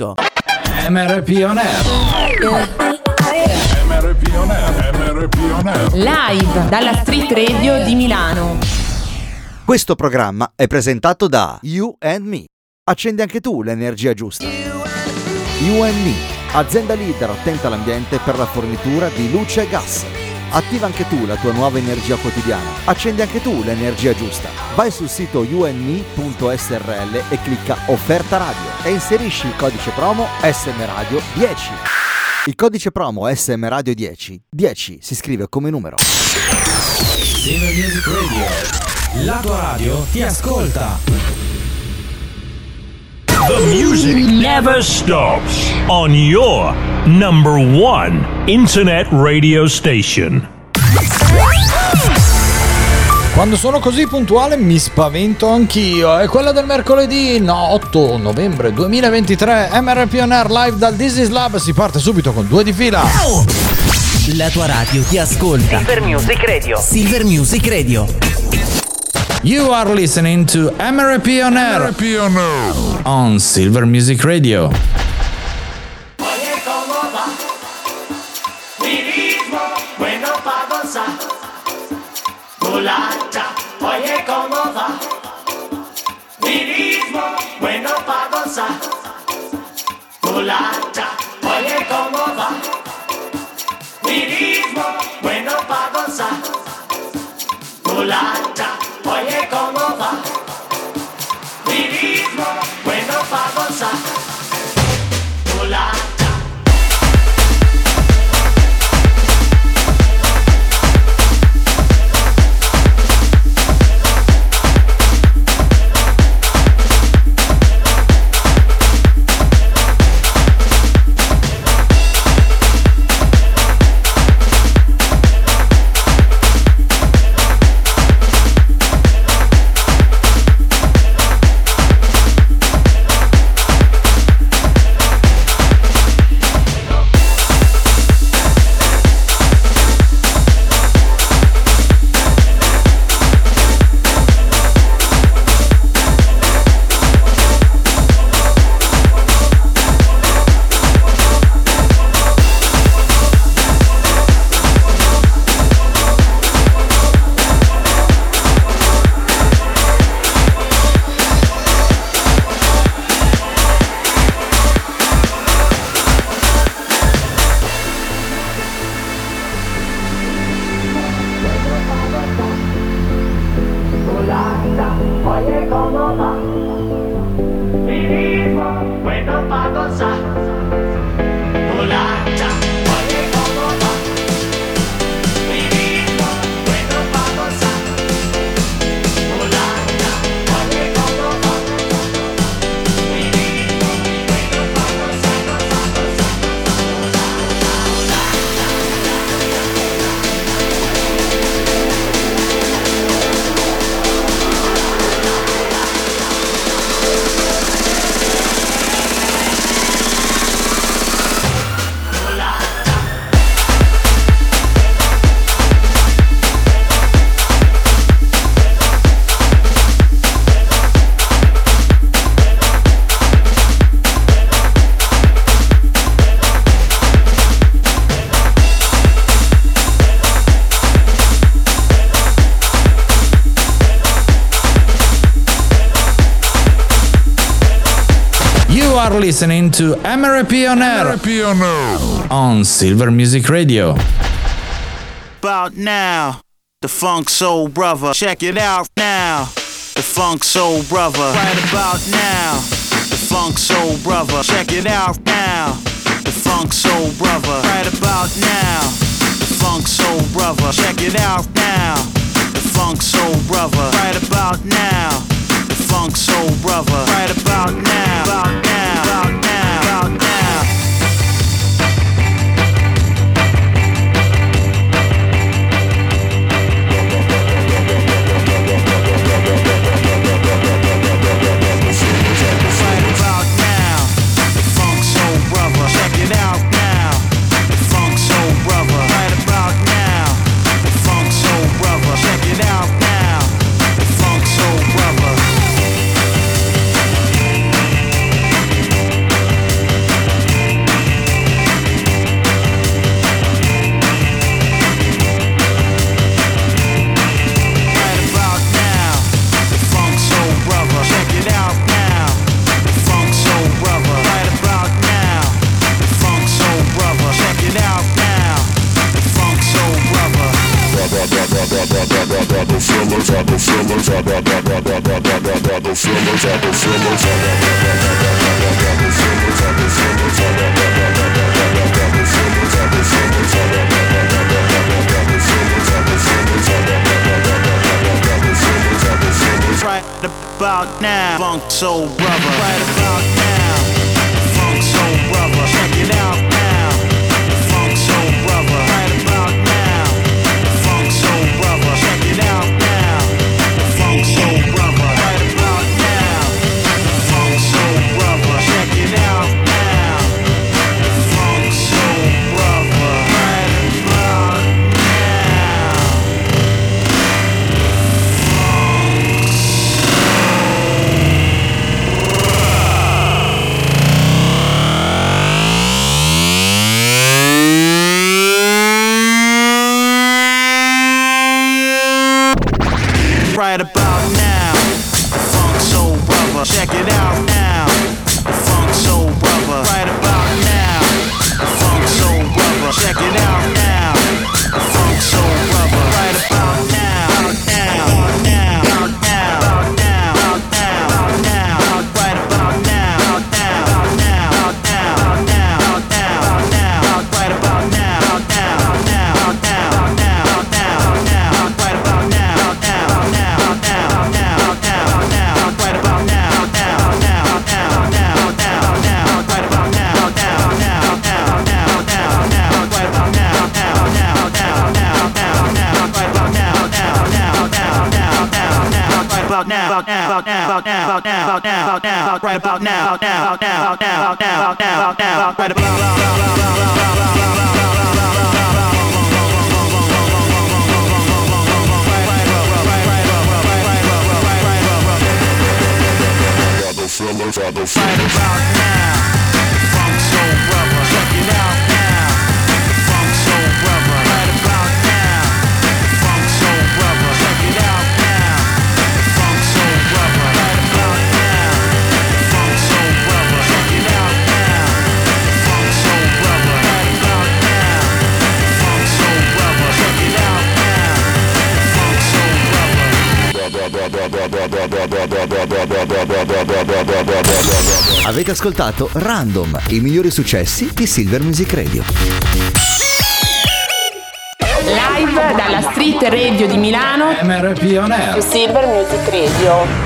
benvenuto. MRP On Air. MRP On Air. MRP On Air. Live dalla Street Radio di Milano. Questo programma è presentato da You and Me. Accendi anche tu l'energia giusta. You and Me, azienda leader attenta all'ambiente per la fornitura di luce e gas. Attiva anche tu la tua nuova energia quotidiana. Accendi anche tu l'energia giusta. Vai sul sito youndme.srl e clicca Offerta Radio e inserisci il codice promo SM Radio 10. Il codice promo SM Radio 10 si scrive come numero. Silver Music Radio. La tua radio ti ascolta. The music never stops on your number one internet radio station. Quando sono così puntuale mi spavento anch'io. È quella del mercoledì 8 novembre 2023. MRP On Air live dal This Is Lab. Si parte subito con 2 di fila. La tua radio ti ascolta. Silver Music Radio. Silver Music Radio. You are listening to MRP On Air. MRP On Air. On Silver Music Radio. Oye, ¿cómo va? Mi ritmo, bueno pa' gozar. Mulacha, oye, ¿cómo va? Mi ritmo, bueno pa' gozar. Mulacha, oye, ¿cómo va? Mi ritmo, bueno pa' gozar. Mulacha, oye, ¿cómo va? Mi ritmo, bueno pa' gozar. Mulacha. are listening to MRP On Air. MRP On Air. On Silver Music Radio. About now, the Funk Soul Brother. Check it out now, the Funk Soul Brother. Right about now, the Funk Soul Brother. Check it out now, the Funk Soul Brother. Right about now, the Funk Soul Brother. Check it out now, the Funk Soul Brother. Right about now, the Funk Soul Brother. Right about now, about now, about now, about now. Right about now, Funk Soul Brother. Right about now, Funk Soul Brother. Check it out now, Funk Soul Brother. Right about now, Funk Soul Brother. Check it out now, Funk Soul Brother. Right about now, Funk Soul Brother. Check it out now, Funk Soul Brother. Right about right about now, Funk Soul Brother. Check it out now, Funk Soul Brother. Right about now, Funk Soul Brother. Check it out now, Funk Soul Brother. Right about now, now, now, now, now, now, now, right about now, now, now, now, now, now, now, right about now, now, now, now, now, now, now, right about now, now, now, now, now, now, now, right about now, now, now, now, now, now, now, right about now, now, now, now, now, now, now, right about now, now, now, now, now, now, now, right about now, now, now, now, now, now, now, right about now, now, now, now, now, now, now, right about now, now, now, now, now, now, now, right about right about now, Funk Soul Brother. Check it out now, Funk Soul Brother. Right about now, Funk Soul Brother. Check it out now, Funk Soul Brother. Right about now, Funk Soul Brother. Check it out now, Funk Soul Brother. Right about now, Funk Soul Brother. Check it out now, Funk Soul Brother. Avete ascoltato Random, i migliori successi di Silver Music Radio. Live dalla Street Radio di Milano, MRP On Air. Silver Music Radio.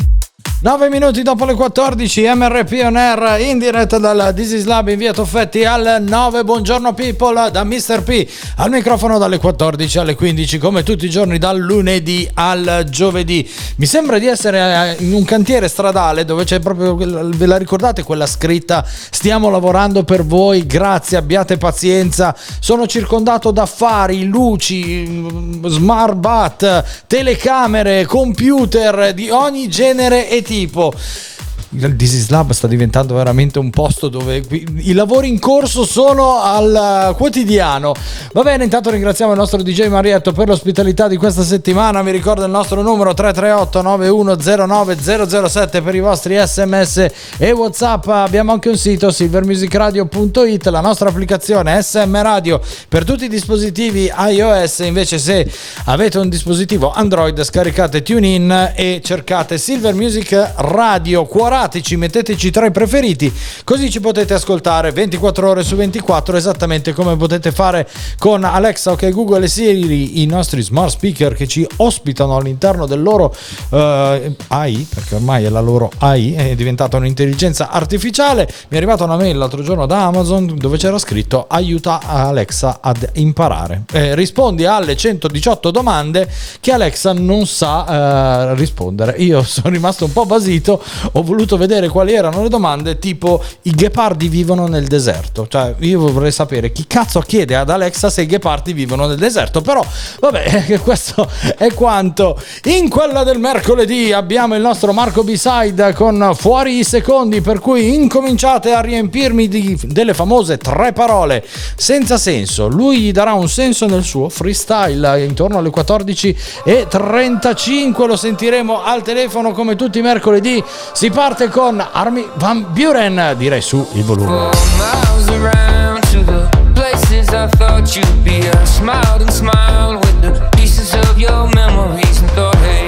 9 minuti dopo le 14, MRP On Air in diretta dal This Is Lab in via Toffetti al 9. Buongiorno people da Mr. P al microfono dalle 14 alle 15 come tutti i giorni dal lunedì al giovedì. Mi sembra di essere in un cantiere stradale dove c'è proprio, ve la ricordate quella scritta stiamo lavorando per voi, grazie, abbiate pazienza. Sono circondato da fari, luci, smart bat, telecamere, computer di ogni genere e tipo. Il This Is Lab sta diventando veramente un posto dove i lavori in corso sono al quotidiano. Va bene, intanto ringraziamo il nostro DJ Marietto per l'ospitalità di questa settimana. Vi ricordo il nostro numero 338 9109 007 per i vostri SMS e WhatsApp. Abbiamo anche un sito silvermusicradio.it, la nostra applicazione SM Radio per tutti i dispositivi iOS. Invece se avete un dispositivo Android scaricate TuneIn e cercate Silver Music Radio. Metteteci tra i preferiti, così ci potete ascoltare 24 ore su 24, esattamente come potete fare con Alexa, OK Google e Siri, i nostri smart speaker che ci ospitano all'interno del loro AI, perché ormai è la loro AI, è diventata un'intelligenza artificiale. Mi è arrivata una mail l'altro giorno da Amazon dove c'era scritto aiuta Alexa ad imparare, rispondi alle 118 domande che Alexa non sa rispondere. Io sono rimasto un po' basito, ho voluto vedere quali erano le domande, tipo i ghepardi vivono nel deserto. Cioè io vorrei sapere chi cazzo chiede ad Alexa se i ghepardi vivono nel deserto. Però vabbè, questo è quanto. In quella del mercoledì abbiamo il nostro Marco B-Side con Fuori i secondi, per cui incominciate a riempirmi delle famose 3 parole senza senso. Lui gli darà un senso nel suo freestyle intorno alle 14:35. Lo sentiremo al telefono come tutti i mercoledì. Si parte con Armin van Buuren, direi su il volume. I thought you'd be. I smiled and smiled with the pieces of your memories and thought, hey,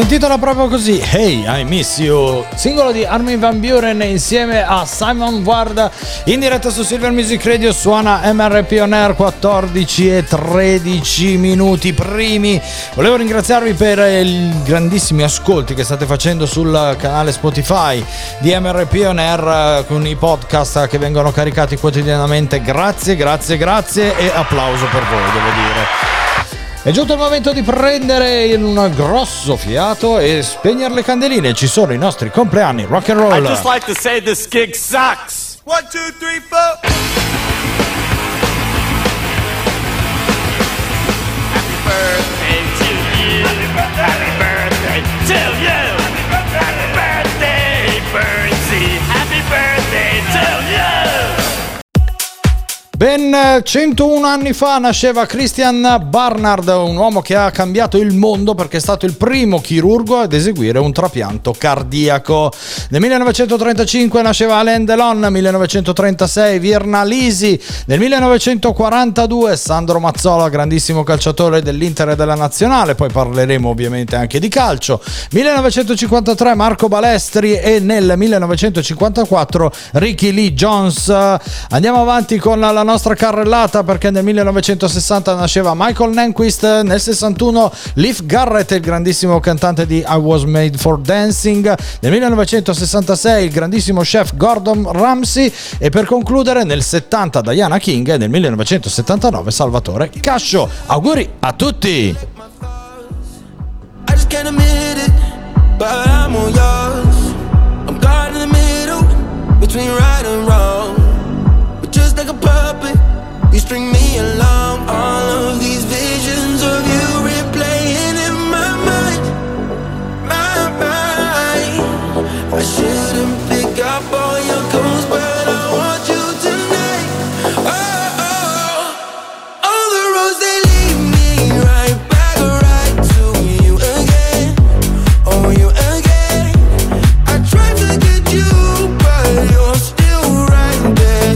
intitola proprio così, Hey, I Miss You, singolo di Armin van Buuren insieme a Simon Ward, in diretta su Silver Music Radio. Suona MRP On Air, 14 e 13 minuti primi. Volevo ringraziarvi per i grandissimi ascolti che state facendo sul canale Spotify di MRP On Air, con i podcast che vengono caricati quotidianamente. Grazie e applauso per voi, devo dire. È giunto il momento di prendere un grosso fiato e spegnere le candeline. Ci sono i nostri compleanni rock and roll. I'd just like to say this gig sucks. 1, 2, 3, 4. Happy birthday to you. Happy birthday to you. Happy birthday, Birdsey. Happy birthday to you. Ben 101 anni fa nasceva Christian Barnard, un uomo che ha cambiato il mondo perché è stato il primo chirurgo ad eseguire un trapianto cardiaco. Nel 1935 nasceva Alain Delon, 1936 Virna Lisi, nel 1942 Sandro Mazzola, grandissimo calciatore dell'Inter e della Nazionale, poi parleremo ovviamente anche di calcio, 1953 Marco Balestri e nel 1954 Ricky Lee Jones. Andiamo avanti con la nostra carrellata perché nel 1960 nasceva Michael Nyquist, nel 61 Leif Garrett, il grandissimo cantante di I Was Made for Dancing, nel 1966 il grandissimo chef Gordon Ramsay e per concludere nel 70 Diana King e nel 1979 Salvatore Cascio. Auguri a tutti! I just can't admit it, but I'm all yours. I'm caught in the middle between right and wrong. Just like a puppet, you string me along. All of these visions of you replaying in my mind, my mind. I shouldn't pick up all your calls, but I want you tonight. Oh, all the roads they lead me right back, right to you again. Oh, you again. I tried to get you, but you're still right there.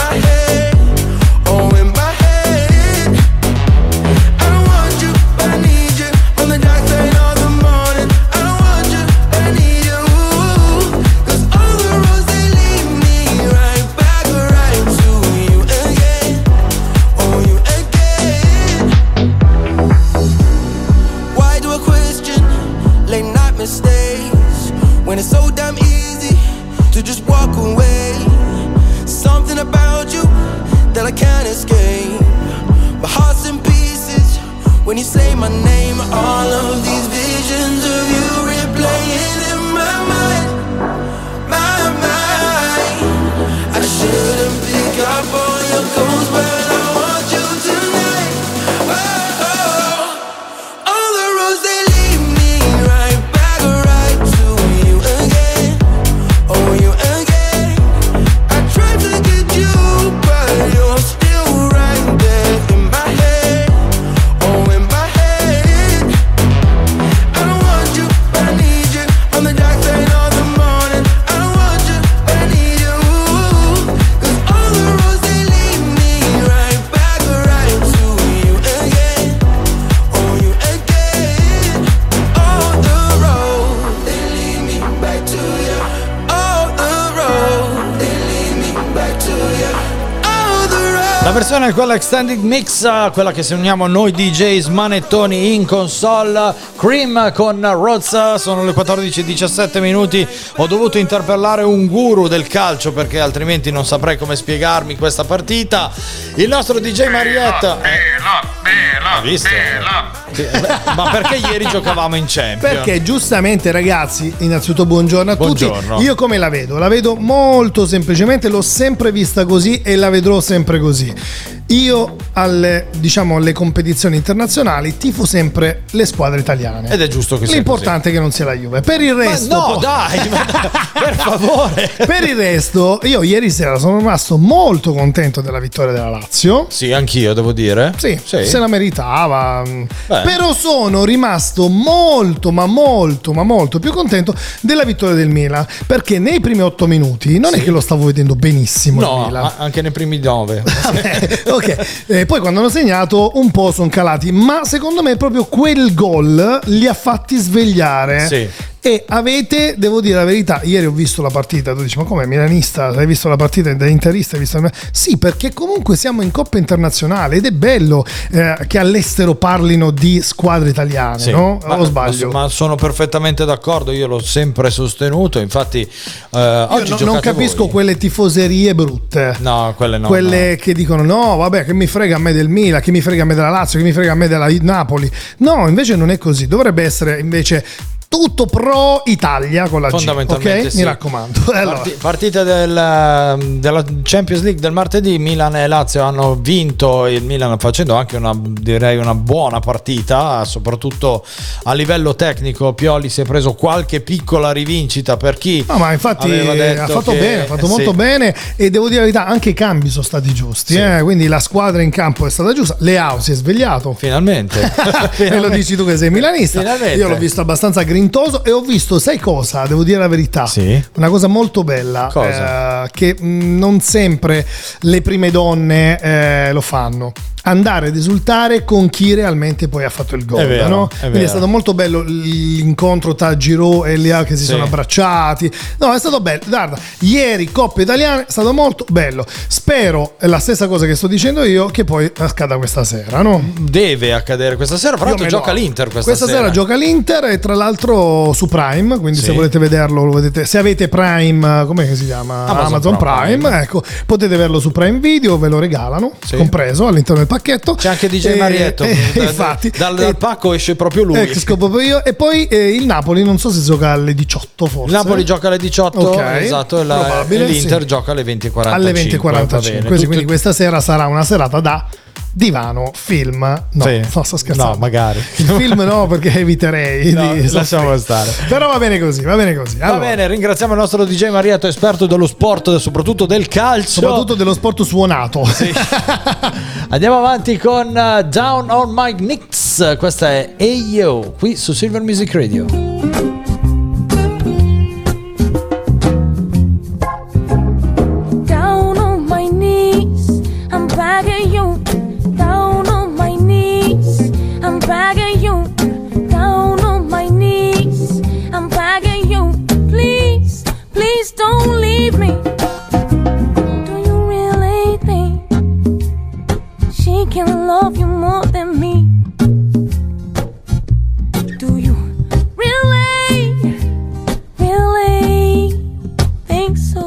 When it's so damn easy to just walk away. Something about you that I can't escape. My heart's in pieces when you say my name. All of these visions of you replaying in my mind, my mind. I shouldn't pick up all your calls, but I want you tonight. Oh, all the roads they lead me right back, right to you again. Oh, you again. I tried to get you, but you're still right there in my head. Oh, in my head. I don't want you, but I need you. On the dark side of the morning. I don't want you, but I need you. 'Cause all the roads they lead me right back, right to you again. Oh, you again. All the roads they lead me back to you. All the roads they lead me back to you. All the roads. La versione è quella extended mix, quella che se uniamo noi DJs manettoni in console. Cream con Roz, sono le 14:17 minuti. Ho dovuto interpellare un guru del calcio perché altrimenti non saprei come spiegarmi questa partita. Il nostro DJ Marietta. Ha visto? Ma perché ieri giocavamo in Champions? Perché giustamente, ragazzi, innanzitutto buongiorno a Buongiorno. tutti. Io come la vedo? La vedo molto semplicemente, l'ho sempre vista così e la vedrò sempre così. Io alle competizioni internazionali tifo sempre le squadre italiane. Ed è giusto che sia L'importante è che non sia la Juve. Per il resto, no, dai, per favore. Per il resto, io ieri sera sono rimasto molto contento della vittoria della Lazio. Sì, anch'io devo dire. Sì, se la meritava. Però sono rimasto molto più contento della vittoria del Milan, perché nei primi 8 minuti non è che lo stavo vedendo benissimo il Milan. Anche nei primi 9. Ok, poi quando hanno segnato un po' sono calati, ma secondo me proprio quel gol li ha fatti svegliare. Sì. E avete, devo dire la verità, ieri ho visto la partita, tu dici ma come milanista, hai visto la partita da interista? Sì, perché comunque siamo in Coppa Internazionale ed è bello che all'estero parlino di squadre italiane, sì. No? O sbaglio? Ma sono perfettamente d'accordo, io l'ho sempre sostenuto, infatti oggi non capisco voi. Quelle tifoserie brutte. No, quelle no. Quelle che dicono no, vabbè, che mi frega a me del Milan, che mi frega a me della Lazio, che mi frega a me della Napoli. No, invece non è così, dovrebbe essere invece tutto pro Italia con la G, fondamentalmente, ok? sì. Mi raccomando. Allora. Partita della Champions League del martedì, Milan e Lazio hanno vinto, il Milan facendo anche una buona partita, soprattutto a livello tecnico. Pioli si è preso qualche piccola rivincita per chi no, ma infatti ha fatto bene, ha fatto molto bene, e devo dire la verità, anche i cambi sono stati giusti, sì. Quindi la squadra in campo è stata giusta. Leao si è svegliato finalmente. E lo dici tu che sei milanista. Finalmente. Io l'ho visto abbastanza grintoso e ho visto, sai cosa? Devo dire la verità, sì. Una cosa molto bella, che non sempre le prime donne lo fanno. Andare ad esultare con chi realmente poi ha fatto il gol, è vero, no? È Quindi vero. è stato molto bello l'incontro tra Giroud e Leao che si sono abbracciati. No, è stato bello. Guarda, ieri Coppa Italiana è stato molto bello. Spero, è la stessa cosa che sto dicendo io, che poi accada questa sera, no? Deve accadere questa sera. Fra l'altro gioca l'Inter questa sera gioca l'Inter, e tra l'altro su Prime, quindi se volete vederlo lo vedete. Se avete Prime, com'è che si chiama? Amazon Prime. Ecco, potete vederlo su Prime Video, ve lo regalano, compreso all'interno del pacchetto. C'è anche DJ Marietto, infatti dal pacco esce proprio lui. Proprio io. E poi il Napoli non so se gioca alle 18 forse. Il Napoli gioca alle 18, esatto, e l'Inter gioca alle 20:45. Alle 20:45. Quindi questa sera sarà una serata da divano, film. No, sto scherzando. No, magari. Il film no, perché eviterei di lasciamo stare. Però va bene così, va bene così. Va bene, ringraziamo il nostro DJ Marietto, esperto dello sport, soprattutto del calcio. Soprattutto dello sport suonato. Sì. Andiamo avanti con Down on My Knicks. Questa è Ayo, qui su Silver Music Radio. Down on my knees, I'm begging you. Down on my knees, I'm begging you. Down on my knees, I'm begging you. Please, please don't leave me. Do you really think she can love you more than me? Do you really, really think so?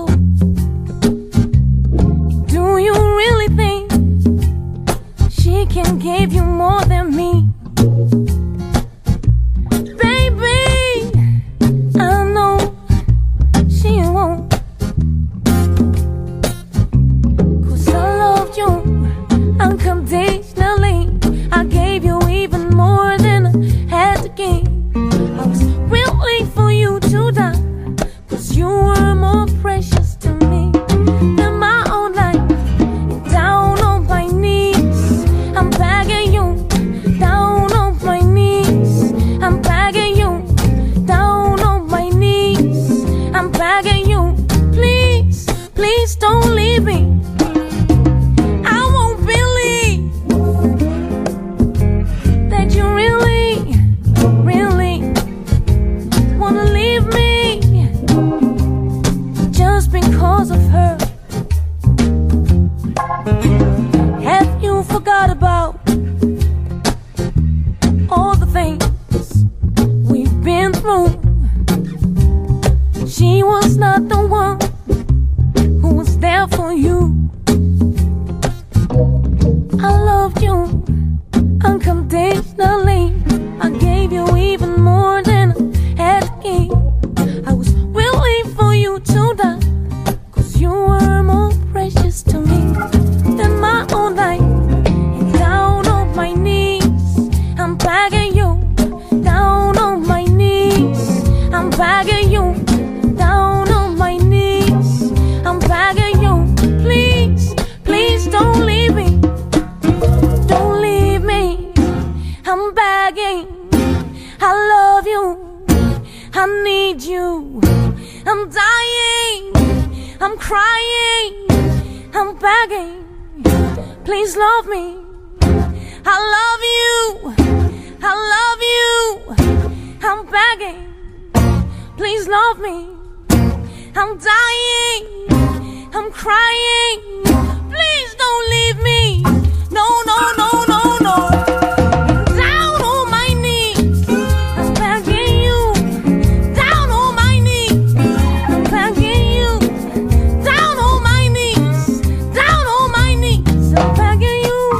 Do you really think she can give you more than me? Baby, I know she won't. 'Cause I loved you unconditionally. I gave you even more than I had to give. I was willing for you to die, 'cause you were more precious to me than my own life. Down on my knees, I'm begging you. Down on my knees, I'm begging you. Down on my knees, I'm begging you. Please, please don't leave me. I won't believe that you really, really wanna leave me just because of her. Have you forgot about all the things we've been through? She was not the one who was there for you. I loved you unconditionally. I gave you even more than I had to give. I was willing for you to die, 'cause you were more precious to me than my own life. And down on my knees, I'm begging you. Down on my knees, I'm begging you. Down on my knees, I'm begging you. Please, please don't leave me. Don't leave me. I'm begging. I love you. I need you. I'm dying. I'm crying. I'm begging. please love me. I love you, I love you, I'm begging, please love me. I'm dying, I'm crying, please don't leave me. No, no, no, no, no. Down on my knees, I'm begging you. Down on my knees, I'm begging you. Down on my knees, down on my knees, I'm begging you,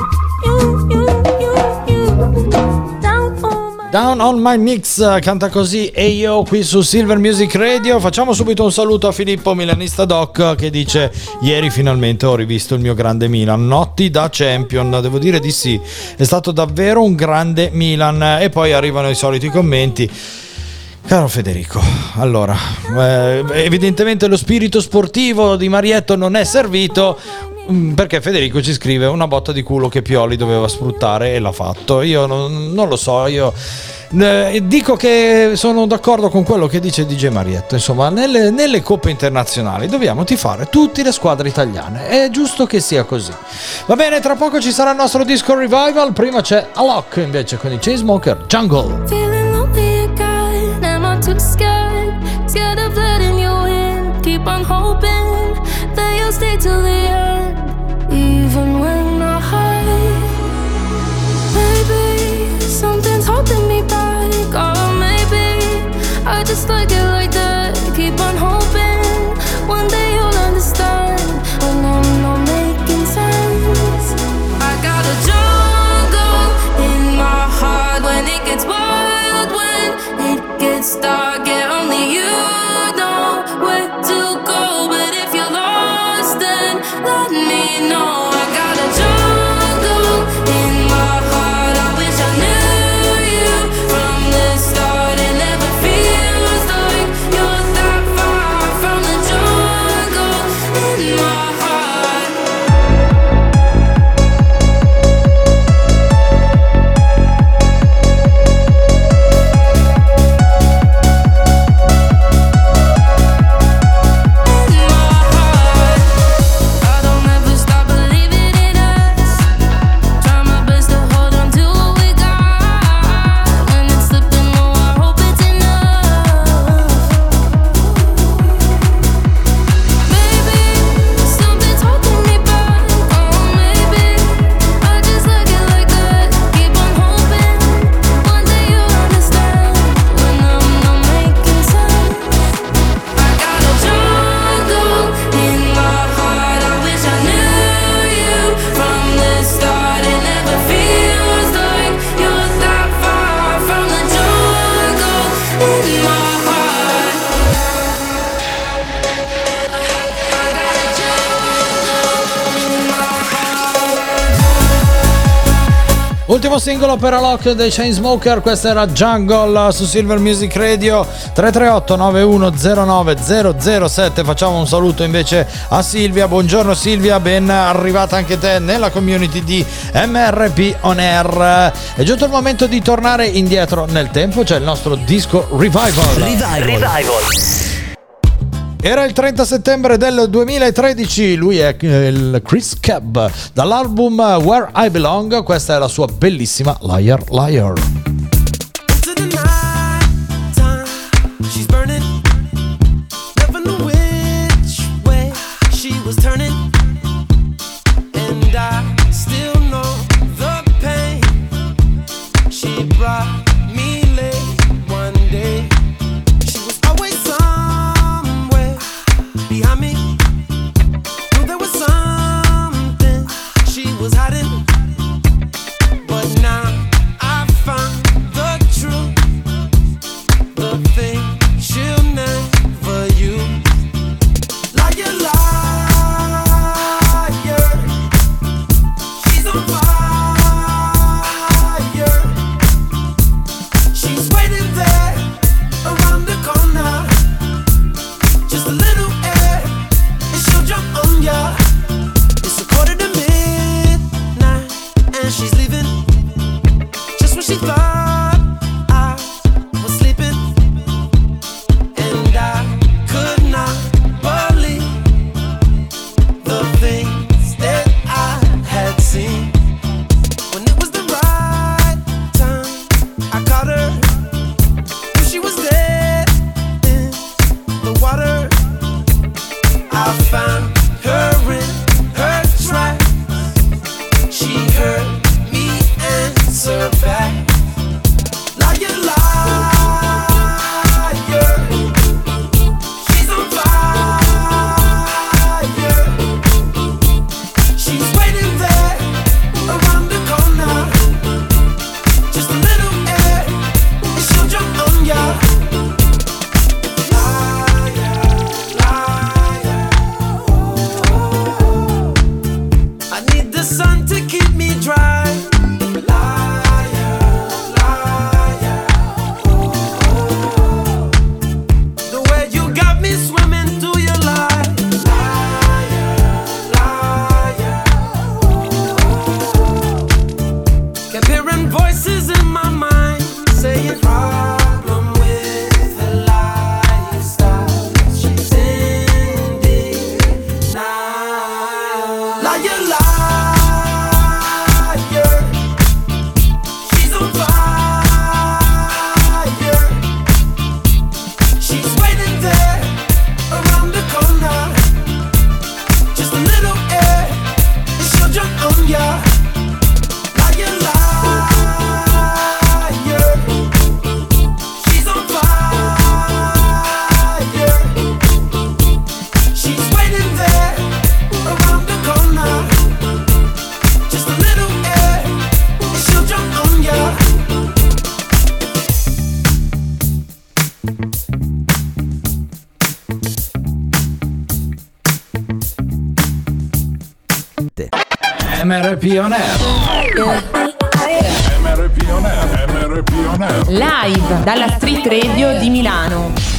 you. Down on my knees, canta così e io qui su Silver Music Radio. Facciamo subito un saluto a Filippo Milanista Doc che dice: ieri finalmente ho rivisto il mio grande Milan, notti da champion. Devo dire di sì, è stato davvero un grande Milan. E poi arrivano i soliti commenti. Caro Federico, allora, evidentemente lo spirito sportivo di Marietto non è servito, perché Federico ci scrive una botta di culo che Pioli doveva sfruttare e l'ha fatto. Io non lo so, io dico che sono d'accordo con quello che dice DJ Marietto. Insomma, nelle coppe internazionali dobbiamo tifare tutte le squadre italiane, è giusto che sia così. Va bene, tra poco ci sarà il nostro disco revival, prima c'è Alok invece con i Chainsmokers, Jungle. Too scared of letting you in. Keep on hoping that you'll stay till the end, even when I hide. Maybe something's holding me back, or maybe I just like it like that. Keep on hoping one day you'll understand when I'm not making sense. I got a jungle in my heart when it gets wild, when it gets dark, yeah, only you know where to go. But if you're lost, then let me know. I got a jungle in my heart. I wish I knew you from the start. It never feels like you're that far from the jungle in my heart. Ultimo singolo per Alok dei Chainsmokers, questa era Jungle su Silver Music Radio. 338 9109 007. Facciamo un saluto invece a Silvia. Buongiorno Silvia, ben arrivata anche te nella community di MRP On Air. È giunto il momento di tornare indietro nel tempo, c'è il nostro disco Revival. Era il 30 settembre del 2013, lui è il Chris Cab, dall'album Where I Belong, questa è la sua bellissima Liar Liar. But now I find MRP On Air. MRP On Air. MRP On Air. Live dalla Street Radio di Milano.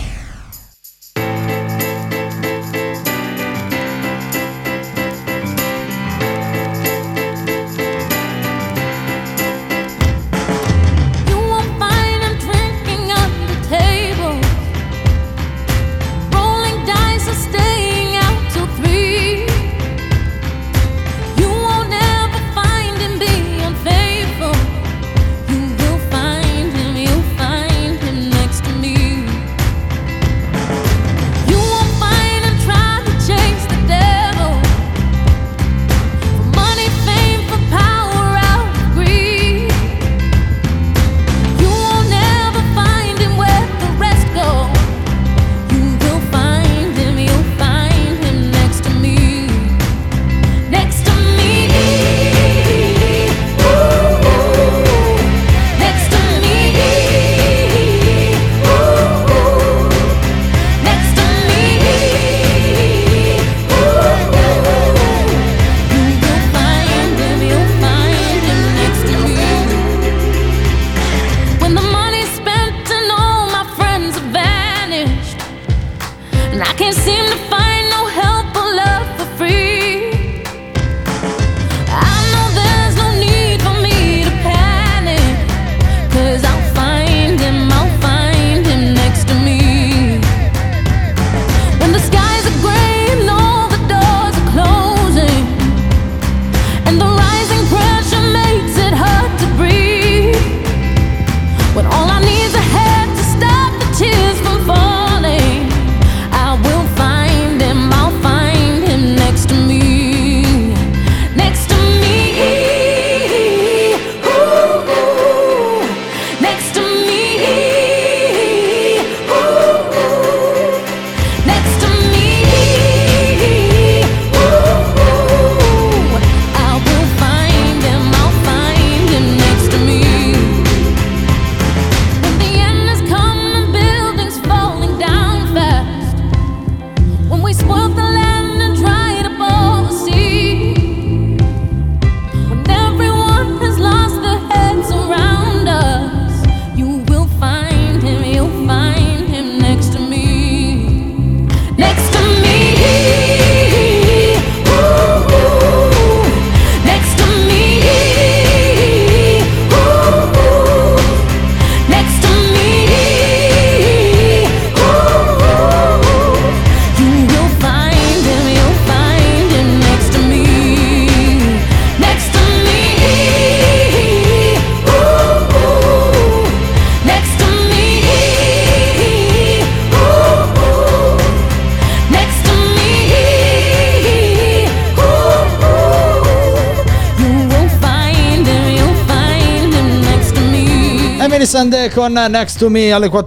Sunday con Next to Me alle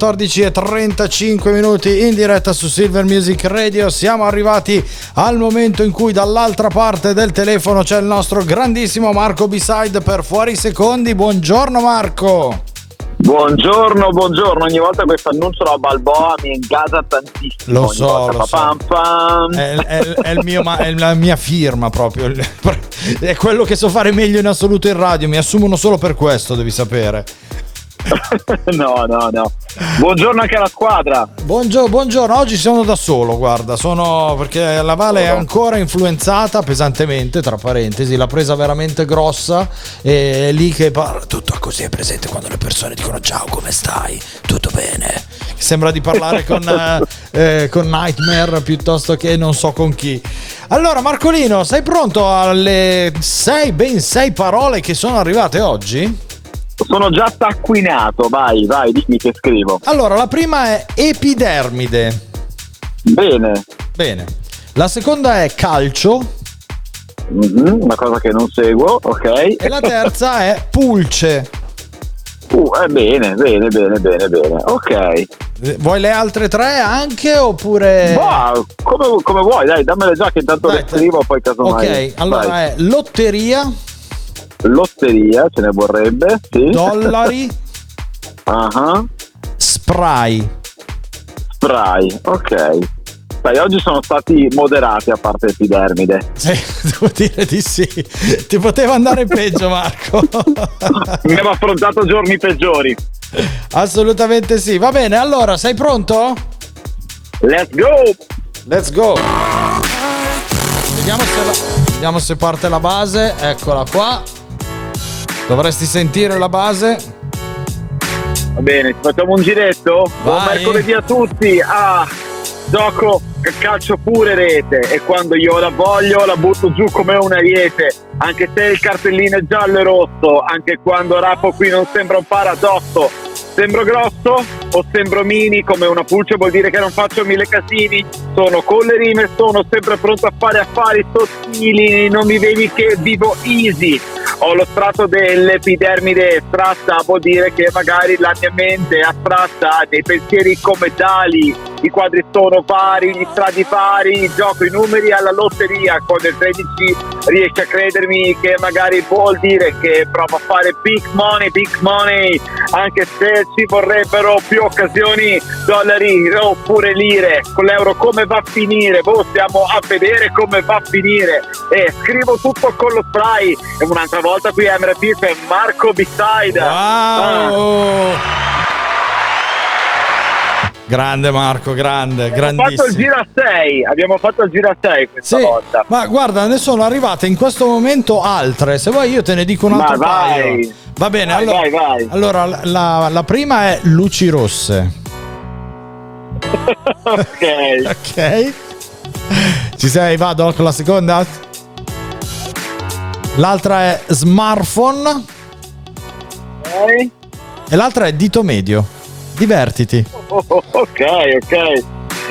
14:35 in diretta su Silver Music Radio. Siamo arrivati al momento in cui dall'altra parte del telefono c'è il nostro grandissimo Marco B-Side per Fuori Secondi. Buongiorno Marco. Buongiorno, ogni volta questo annuncio la Balboa mi ingasa tantissimo. Lo so. È la mia firma proprio, è quello che so fare meglio in assoluto in radio, mi assumono solo per questo, devi sapere. No. Buongiorno anche alla squadra. Buongiorno, oggi sono da solo, guarda, perché la Vale è ancora influenzata pesantemente, tra parentesi, l'ha presa veramente grossa, e è lì che parla tutto così, è presente quando le persone dicono ciao, come stai? Tutto bene? Sembra di parlare con Nightmare piuttosto che non so con chi. Allora Marcolino, sei pronto alle ben 6 parole che sono arrivate oggi? Sono già taccuinato, vai, dimmi che scrivo. Allora, la prima è epidermide. Bene. La seconda è calcio. Una cosa che non seguo, ok. E la terza è pulce. Bene, ok. Vuoi le altre 3 anche oppure? Come vuoi, dai, dammele già che intanto le scrivo, poi casomai. Ok, allora vai. È lotteria, ce ne vorrebbe, sì. Dollari. Uh-huh. Spray, ok. Sai, oggi sono stati moderati a parte epidermide. Sì, devo dire di sì. Ti poteva andare peggio, Marco. Abbiamo affrontato giorni peggiori. Assolutamente sì. Va bene, allora, sei pronto? Let's go! Let's go! Vediamo se parte la base. Eccola qua. Dovresti sentire la base. Va bene, facciamo un giretto? Buon mercoledì a tutti. Gioco calcio pure rete e quando io la voglio la butto giù come un ariete, anche se il cartellino è giallo e rosso, anche quando rapo qui non sembra un paradosso. Sembro grosso o sembro mini come una pulce, vuol dire che non faccio mille casini. Sono con le rime, sono sempre pronto a fare affari sottili, non mi vedi che vivo easy. Ho lo strato dell'epidermide estratta, vuol dire che magari la mia mente è astratta, dei pensieri come tali, i quadri sono vari, gli stradi vari, gioco i numeri alla lotteria, con il 13 riesci a credermi che magari vuol dire che provo a fare big money, anche se ci vorrebbero più occasioni, dollari oppure lire, con l'euro come va a finire, stiamo a vedere come va a finire, e scrivo tutto con lo spray, e un'altra volta qui a MRP c'è Marco B-Side. Wow! Grande Marco, grande, grandissimo. Abbiamo fatto il giro a 6 questa volta. Ma guarda, ne sono arrivate in questo momento altre. Se vuoi io te ne dico un altro paio. Va bene, vai. Allora la prima è luci rosse. Ok. Ci sei? Vado con la seconda? L'altra è smartphone. Ok. E l'altra è dito medio. Divertiti. Ok.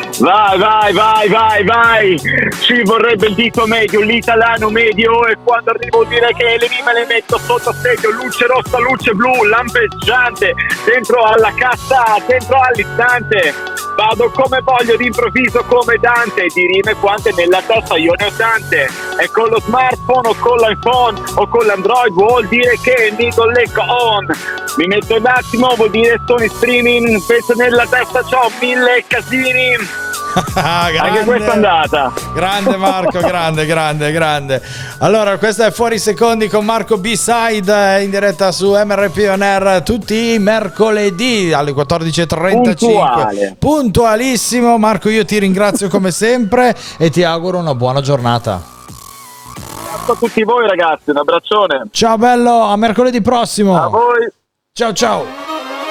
Vai. Ci vorrebbe il dito medio, l'italiano medio, e quando arrivo dire che le rime le metto sotto assedio, luce rossa, luce blu, lampeggiante, dentro alla cassa, dentro all'istante. Vado come voglio, d'improvviso come Dante, di rime quante nella testa io ne ho tante. E con lo smartphone o con l'iPhone o con l'Android vuol dire che mi collego on. Mi metto un attimo, vuol dire sono in streaming, penso nella testa c'ho 1000 casini. Anche questa è andata. Grande Marco, grande. Allora, questa è Fuori Secondi con Marco B-Side in diretta su MRP On Air tutti i mercoledì alle 14.35. Puntualissimo. Marco, io ti ringrazio come sempre e ti auguro una buona giornata. Grazie a tutti voi ragazzi, un abbraccione. Ciao bello, a mercoledì prossimo. A voi. Ciao.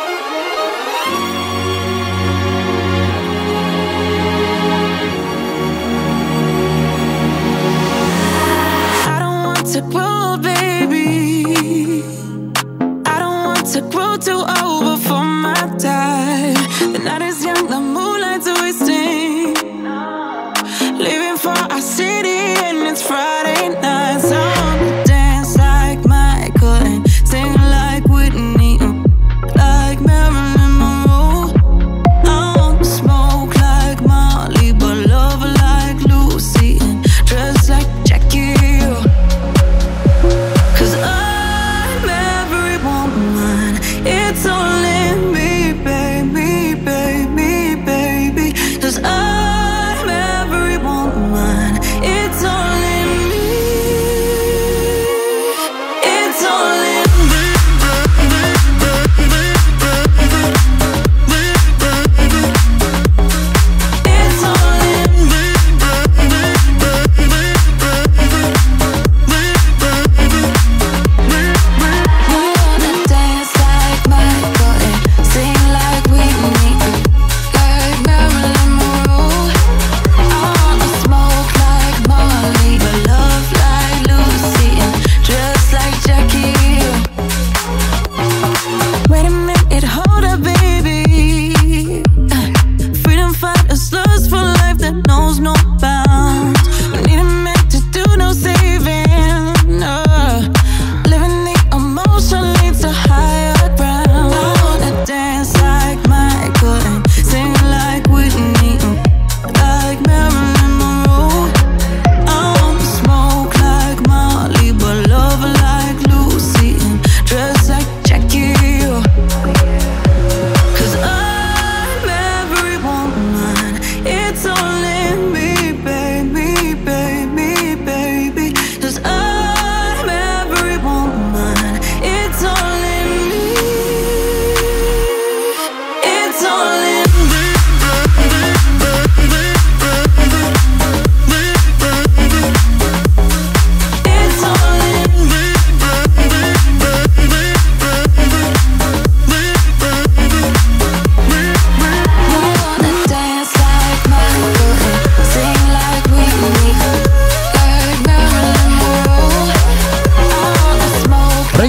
To grow, baby. I don't want to grow too old before my time. The night is young, the moonlight's wasting. Living for our city and it's Friday night. So I wanna dance like Michael and sing like Whitney.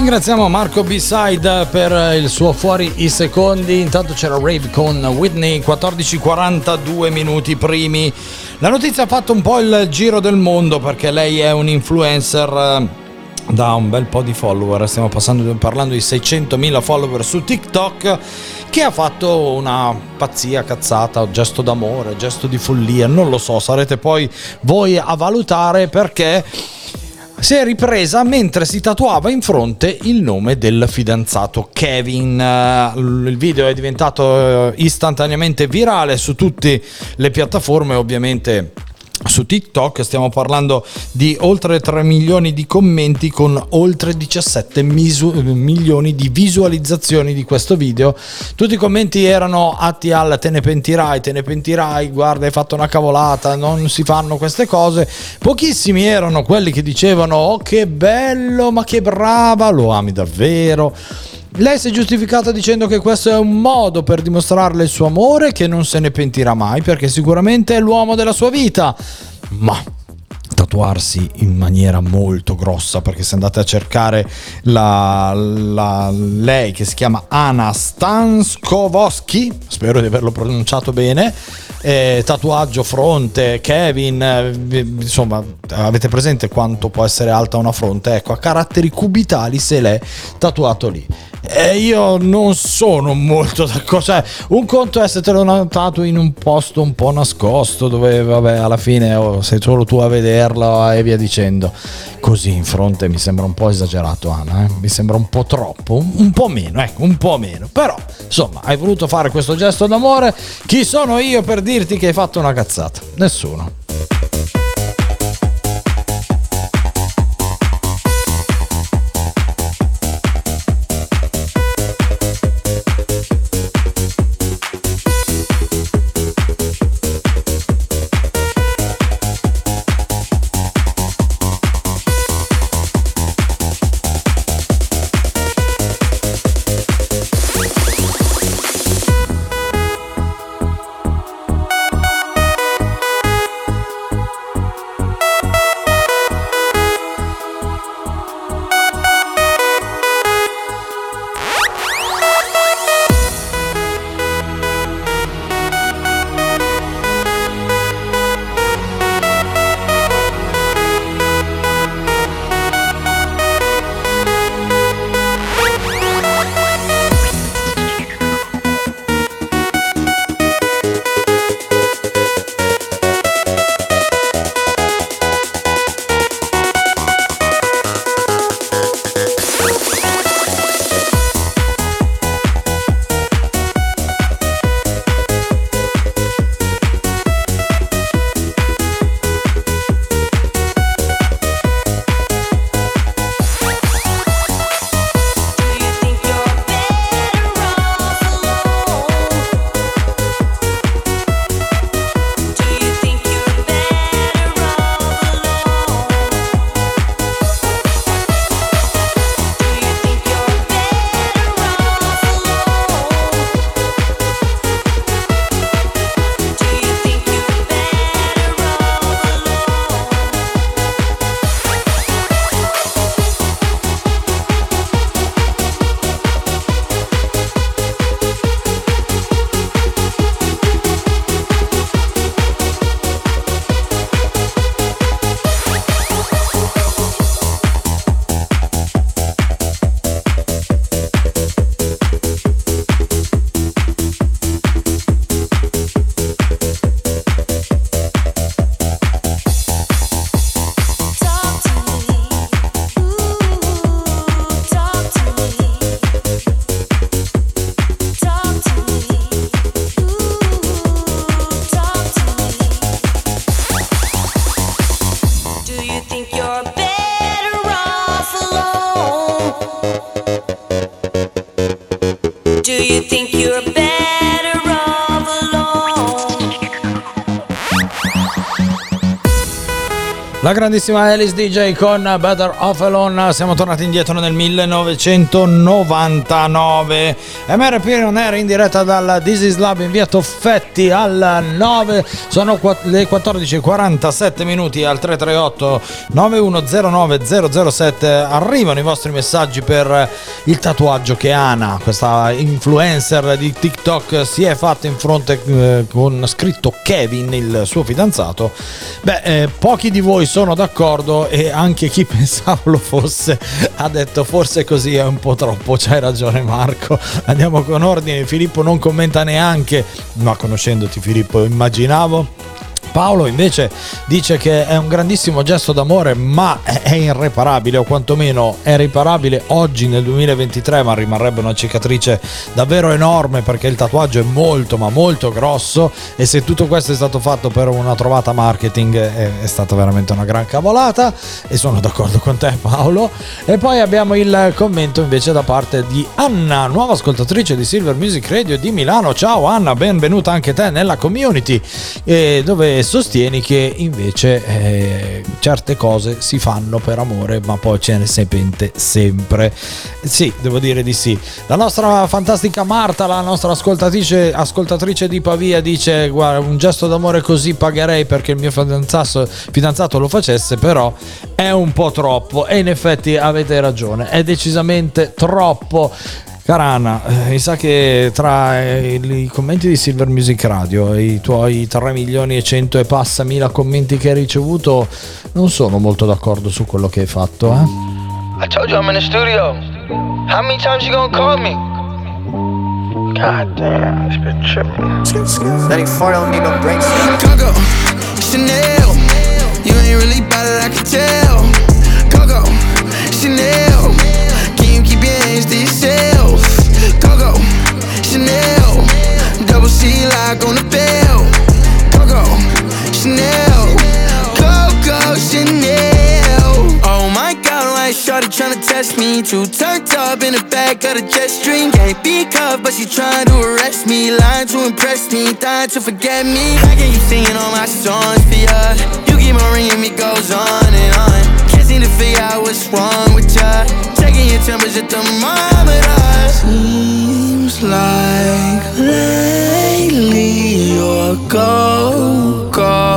Ringraziamo Marco B-Side per il suo Fuori i secondi. Intanto c'era Rave con Whitney, 14:42 minuti primi. La notizia ha fatto un po' il giro del mondo perché lei è un influencer da un bel po' di follower. Stiamo parlando di 600.000 follower su TikTok, che ha fatto una pazzia, cazzata, gesto d'amore, gesto di follia, non lo so, sarete poi voi a valutare, perché si è ripresa mentre si tatuava in fronte il nome del fidanzato Kevin. Il video è diventato istantaneamente virale su tutte le piattaforme, ovviamente su TikTok. Stiamo parlando di oltre 3 milioni di commenti con oltre 17 milioni di visualizzazioni di questo video. Tutti i commenti erano atti al te ne pentirai, guarda hai fatto una cavolata, non si fanno queste cose. Pochissimi erano quelli che dicevano oh che bello, ma che brava, lo ami davvero. Lei si è giustificata dicendo che questo è un modo per dimostrarle il suo amore, che non se ne pentirà mai perché sicuramente è l'uomo della sua vita. Ma tatuarsi in maniera molto grossa, perché se andate a cercare lei, che si chiama Anna Stankowski, spero di averlo pronunciato bene, tatuaggio fronte Kevin, insomma avete presente quanto può essere alta una fronte? Ecco, a caratteri cubitali se l'è tatuato lì. E io non sono molto d'accordo, cioè un conto è se te lo tatu in un posto un po' nascosto dove vabbè alla fine sei solo tu a vederlo e via dicendo. Così in fronte mi sembra un po' esagerato, Anna, mi sembra un po' troppo, un po' meno, ecco, un po' meno. Però insomma hai voluto fare questo gesto d'amore, chi sono io per dirti che hai fatto una cazzata? Nessuno. La grandissima Alice DJ con Better Off Alone. Siamo tornati indietro nel 1999. MRP non era in diretta dal This Is Lab in via Toffetti al 9. Sono le 14:47 minuti. Al 338 9109 007 arrivano i vostri messaggi per il tatuaggio che Ana, questa influencer di TikTok, si è fatta in fronte con scritto Kevin, il suo fidanzato. Pochi di voi sono d'accordo e anche chi pensava lo fosse ha detto forse così è un po' troppo. C'hai ragione Marco, andiamo con ordine. Filippo non commenta neanche, ma conoscendoti Filippo immaginavo. Paolo invece dice che è un grandissimo gesto d'amore, ma è irreparabile, o quantomeno è riparabile oggi nel 2023, ma rimarrebbe una cicatrice davvero enorme perché il tatuaggio è molto ma molto grosso, e se tutto questo è stato fatto per una trovata marketing è stata veramente una gran cavolata, e sono d'accordo con te Paolo. E poi abbiamo il commento invece da parte di Anna, nuova ascoltatrice di Silver Music Radio di Milano. Ciao Anna, benvenuta anche te nella community, dove sostieni che invece certe cose si fanno per amore, ma poi ce ne si pente sempre. Sì, devo dire di sì. La nostra fantastica Marta, la nostra ascoltatrice di Pavia, dice: guarda, un gesto d'amore così pagherei perché il mio fidanzato lo facesse, però è un po' troppo. E in effetti avete ragione, è decisamente troppo. Carana, mi sa che tra i commenti di Silver Music Radio e i tuoi 3 milioni e 100 e passa mila commenti che hai ricevuto, non sono molto d'accordo su quello che hai fatto, I told you I'm in the studio. How many times you gonna call me? God damn, it's been tripping. 94 don't need no breaks. Coco, Chanel, you ain't really bad it, I can tell. Coco, Chanel, can you keep your hands to yourself? Coco, Chanel, double C lock on the bell. Coco, Chanel, Coco, Chanel. Oh my God, like shorty tryna test me. Too turned up in the back of the jet stream. Can't be cuffed, but she trying to arrest me. Lying to impress me, dying to forget me. How can you singing all my songs for ya? You keep on ringing me, goes on and on. Can't seem to figure out what's wrong with ya. Checking your temperature thermometer. Seems like lately you're go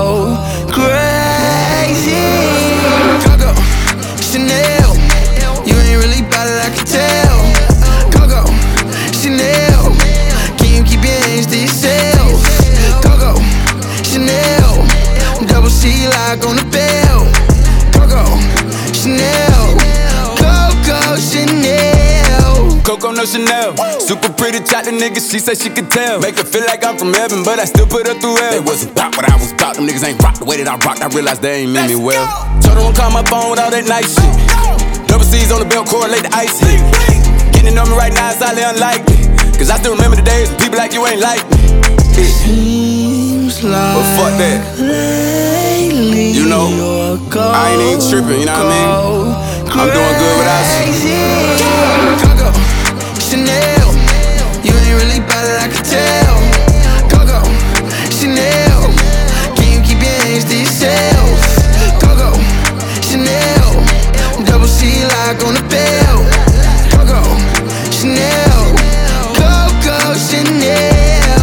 crazy. Coco, Chanel, you ain't really bad it, I can tell. Coco, Chanel, can you keep your hands to yourself? Coco, Chanel, double C lock on the bell. Coco, Chanel, Coco, Chanel. Coco no Chanel, super pretty chocolate nigga, she said she could tell. Make her feel like I'm from heaven, but I still put her through hell. They wasn't about what I was about, them niggas ain't rock the way that I rocked. I realized they ain't mean me well. Told her don't call my phone with all that nice shit. Double C's on the belt, correlate the ice hit. Getting on me right now is highly unlikely, cause I still remember the days when people like you ain't like me. Seems like but fuck that, you know, I ain't even tripping, you know what I mean? I'm doing good without you. Coco, Chanel, you ain't really bad it, I can tell. Coco, Chanel, can you keep your hands to yourself? Coco, Chanel, double C lock on the bell. Coco, Chanel, Coco, Chanel.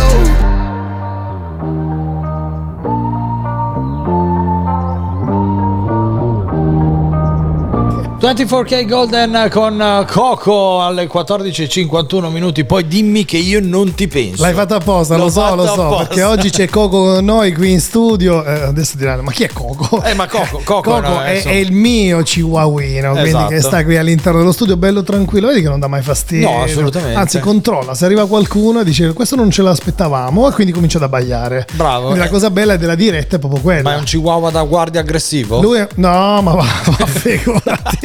24K Golden con Coco alle 14:51 minuti. Poi dimmi che io non ti penso. L'hai fatta apposta, lo so, apposta. perché oggi c'è Coco con noi qui in studio. Adesso diranno: ma chi è Coco? Ma Coco no, è il mio chihuahuino, quindi esatto, che sta qui all'interno dello studio bello tranquillo. Vedi che non dà mai fastidio. No, assolutamente. Anzi, controlla, se arriva qualcuno e dice questo non ce l'aspettavamo, e quindi comincia ad abbaiare. Bravo. Quindi la cosa bella della diretta è proprio quella. Ma è un chihuahua da guardia aggressivo? Lui no, ma va figurati.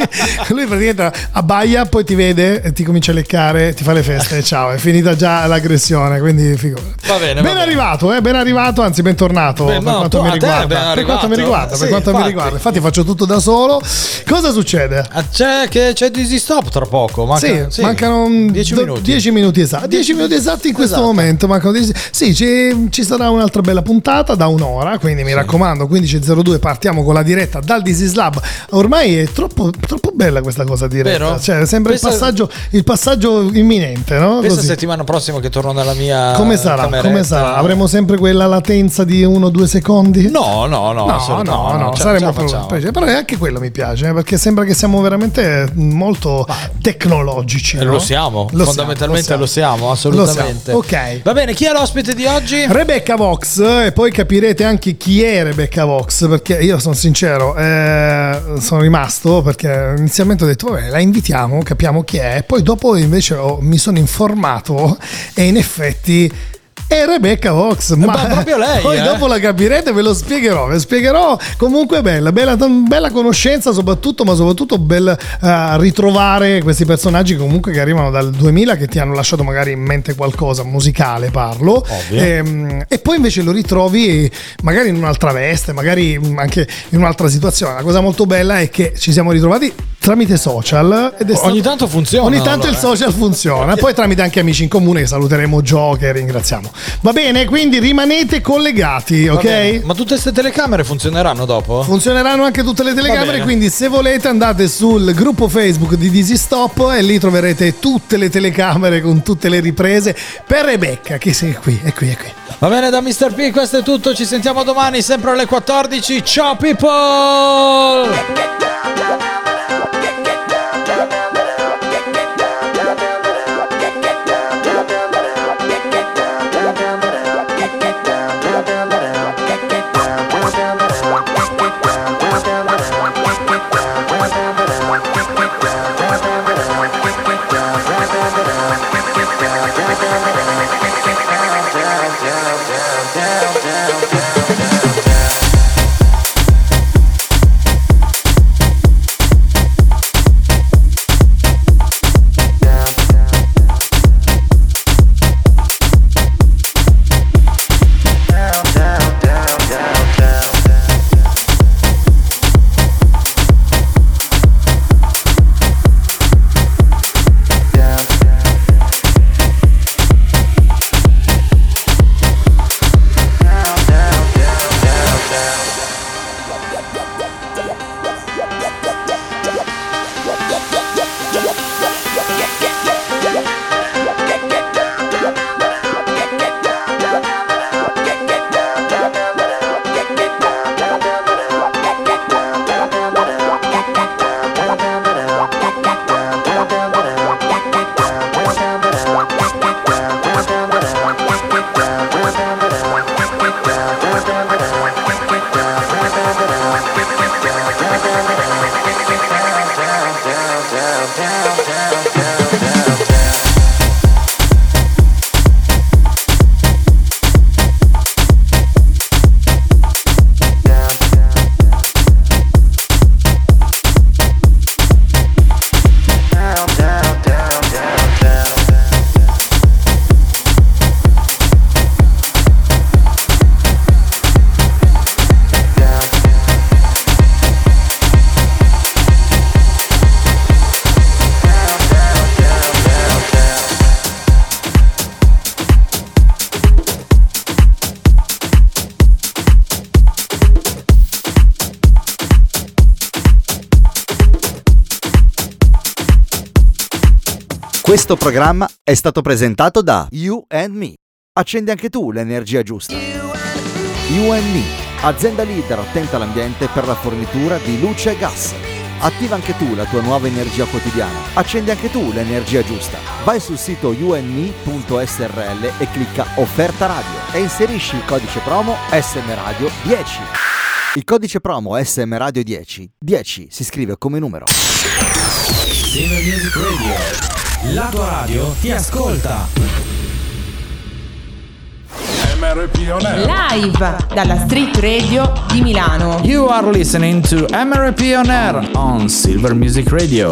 Lui praticamente abbaia, poi ti vede e ti comincia a leccare, ti fa le feste, ciao, è finita già l'aggressione, quindi figurati. Va bene, ben arrivato, anzi bentornato per quanto mi riguarda. Per quanto mi riguarda, infatti faccio tutto da solo. Cosa succede? C'è Dizzy Stop tra poco, mancano 10 minuti esatti. 10 minuti esatti in questo momento, mancano 10. Sì, ci sarà un'altra bella puntata da un'ora, quindi mi raccomando, 15:02 partiamo con la diretta dal This is Lab. Ormai è troppo bella questa cosa diretta. Vero? Cioè, sembra il passaggio imminente, no? Questa settimana prossima che torno nella mia Come sarà? Avremo sempre quella latenza di 1-2 secondi? No, saremo però anche quello mi piace, perché sembra che siamo veramente molto tecnologici. Lo siamo, fondamentalmente lo siamo, assolutamente. Ok. Va bene, chi è l'ospite di oggi? Rebecca Vox, e poi capirete anche chi è Rebecca Vox, perché io sono sincero, sono rimasto perché inizialmente ho detto vabbè, la invitiamo, capiamo chi è, poi dopo invece mi sono informato e in effetti è Rebecca Vox, ma proprio lei. Poi dopo la capirete, ve lo spiegherò. Comunque bella conoscenza, soprattutto bel ritrovare questi personaggi comunque che arrivano dal 2000, che ti hanno lasciato magari in mente qualcosa musicale, parlo. E poi invece lo ritrovi magari in un'altra veste, magari anche in un'altra situazione. La cosa molto bella è che ci siamo ritrovati tramite social ed ogni tanto funziona. Ogni tanto il social funziona. E poi tramite anche amici in comune, che saluteremo Gio, che ringraziamo. Va bene, quindi rimanete collegati, ok? Ma tutte queste telecamere funzioneranno dopo? Funzioneranno anche tutte le telecamere, quindi se volete andate sul gruppo Facebook di Dizzy Stop e lì troverete tutte le telecamere con tutte le riprese per Rebecca, che sei qui, è qui. Va bene, da Mr. P questo è tutto, ci sentiamo domani sempre alle 14. Ciao people! Questo programma è stato presentato da You and Me. Accendi anche tu l'energia giusta. You and Me, azienda leader attenta all'ambiente per la fornitura di luce e gas. Attiva anche tu la tua nuova energia quotidiana. Accendi anche tu l'energia giusta. Vai sul sito youndme.srl e clicca Offerta Radio e inserisci il codice promo SM Radio 10. Il codice promo SM Radio 10 si scrive come numero. Silver Music Radio, la tua radio ti ascolta. MRP On Air. Live dalla Street Radio di Milano. You are listening to MRP On Air on Silver Music Radio.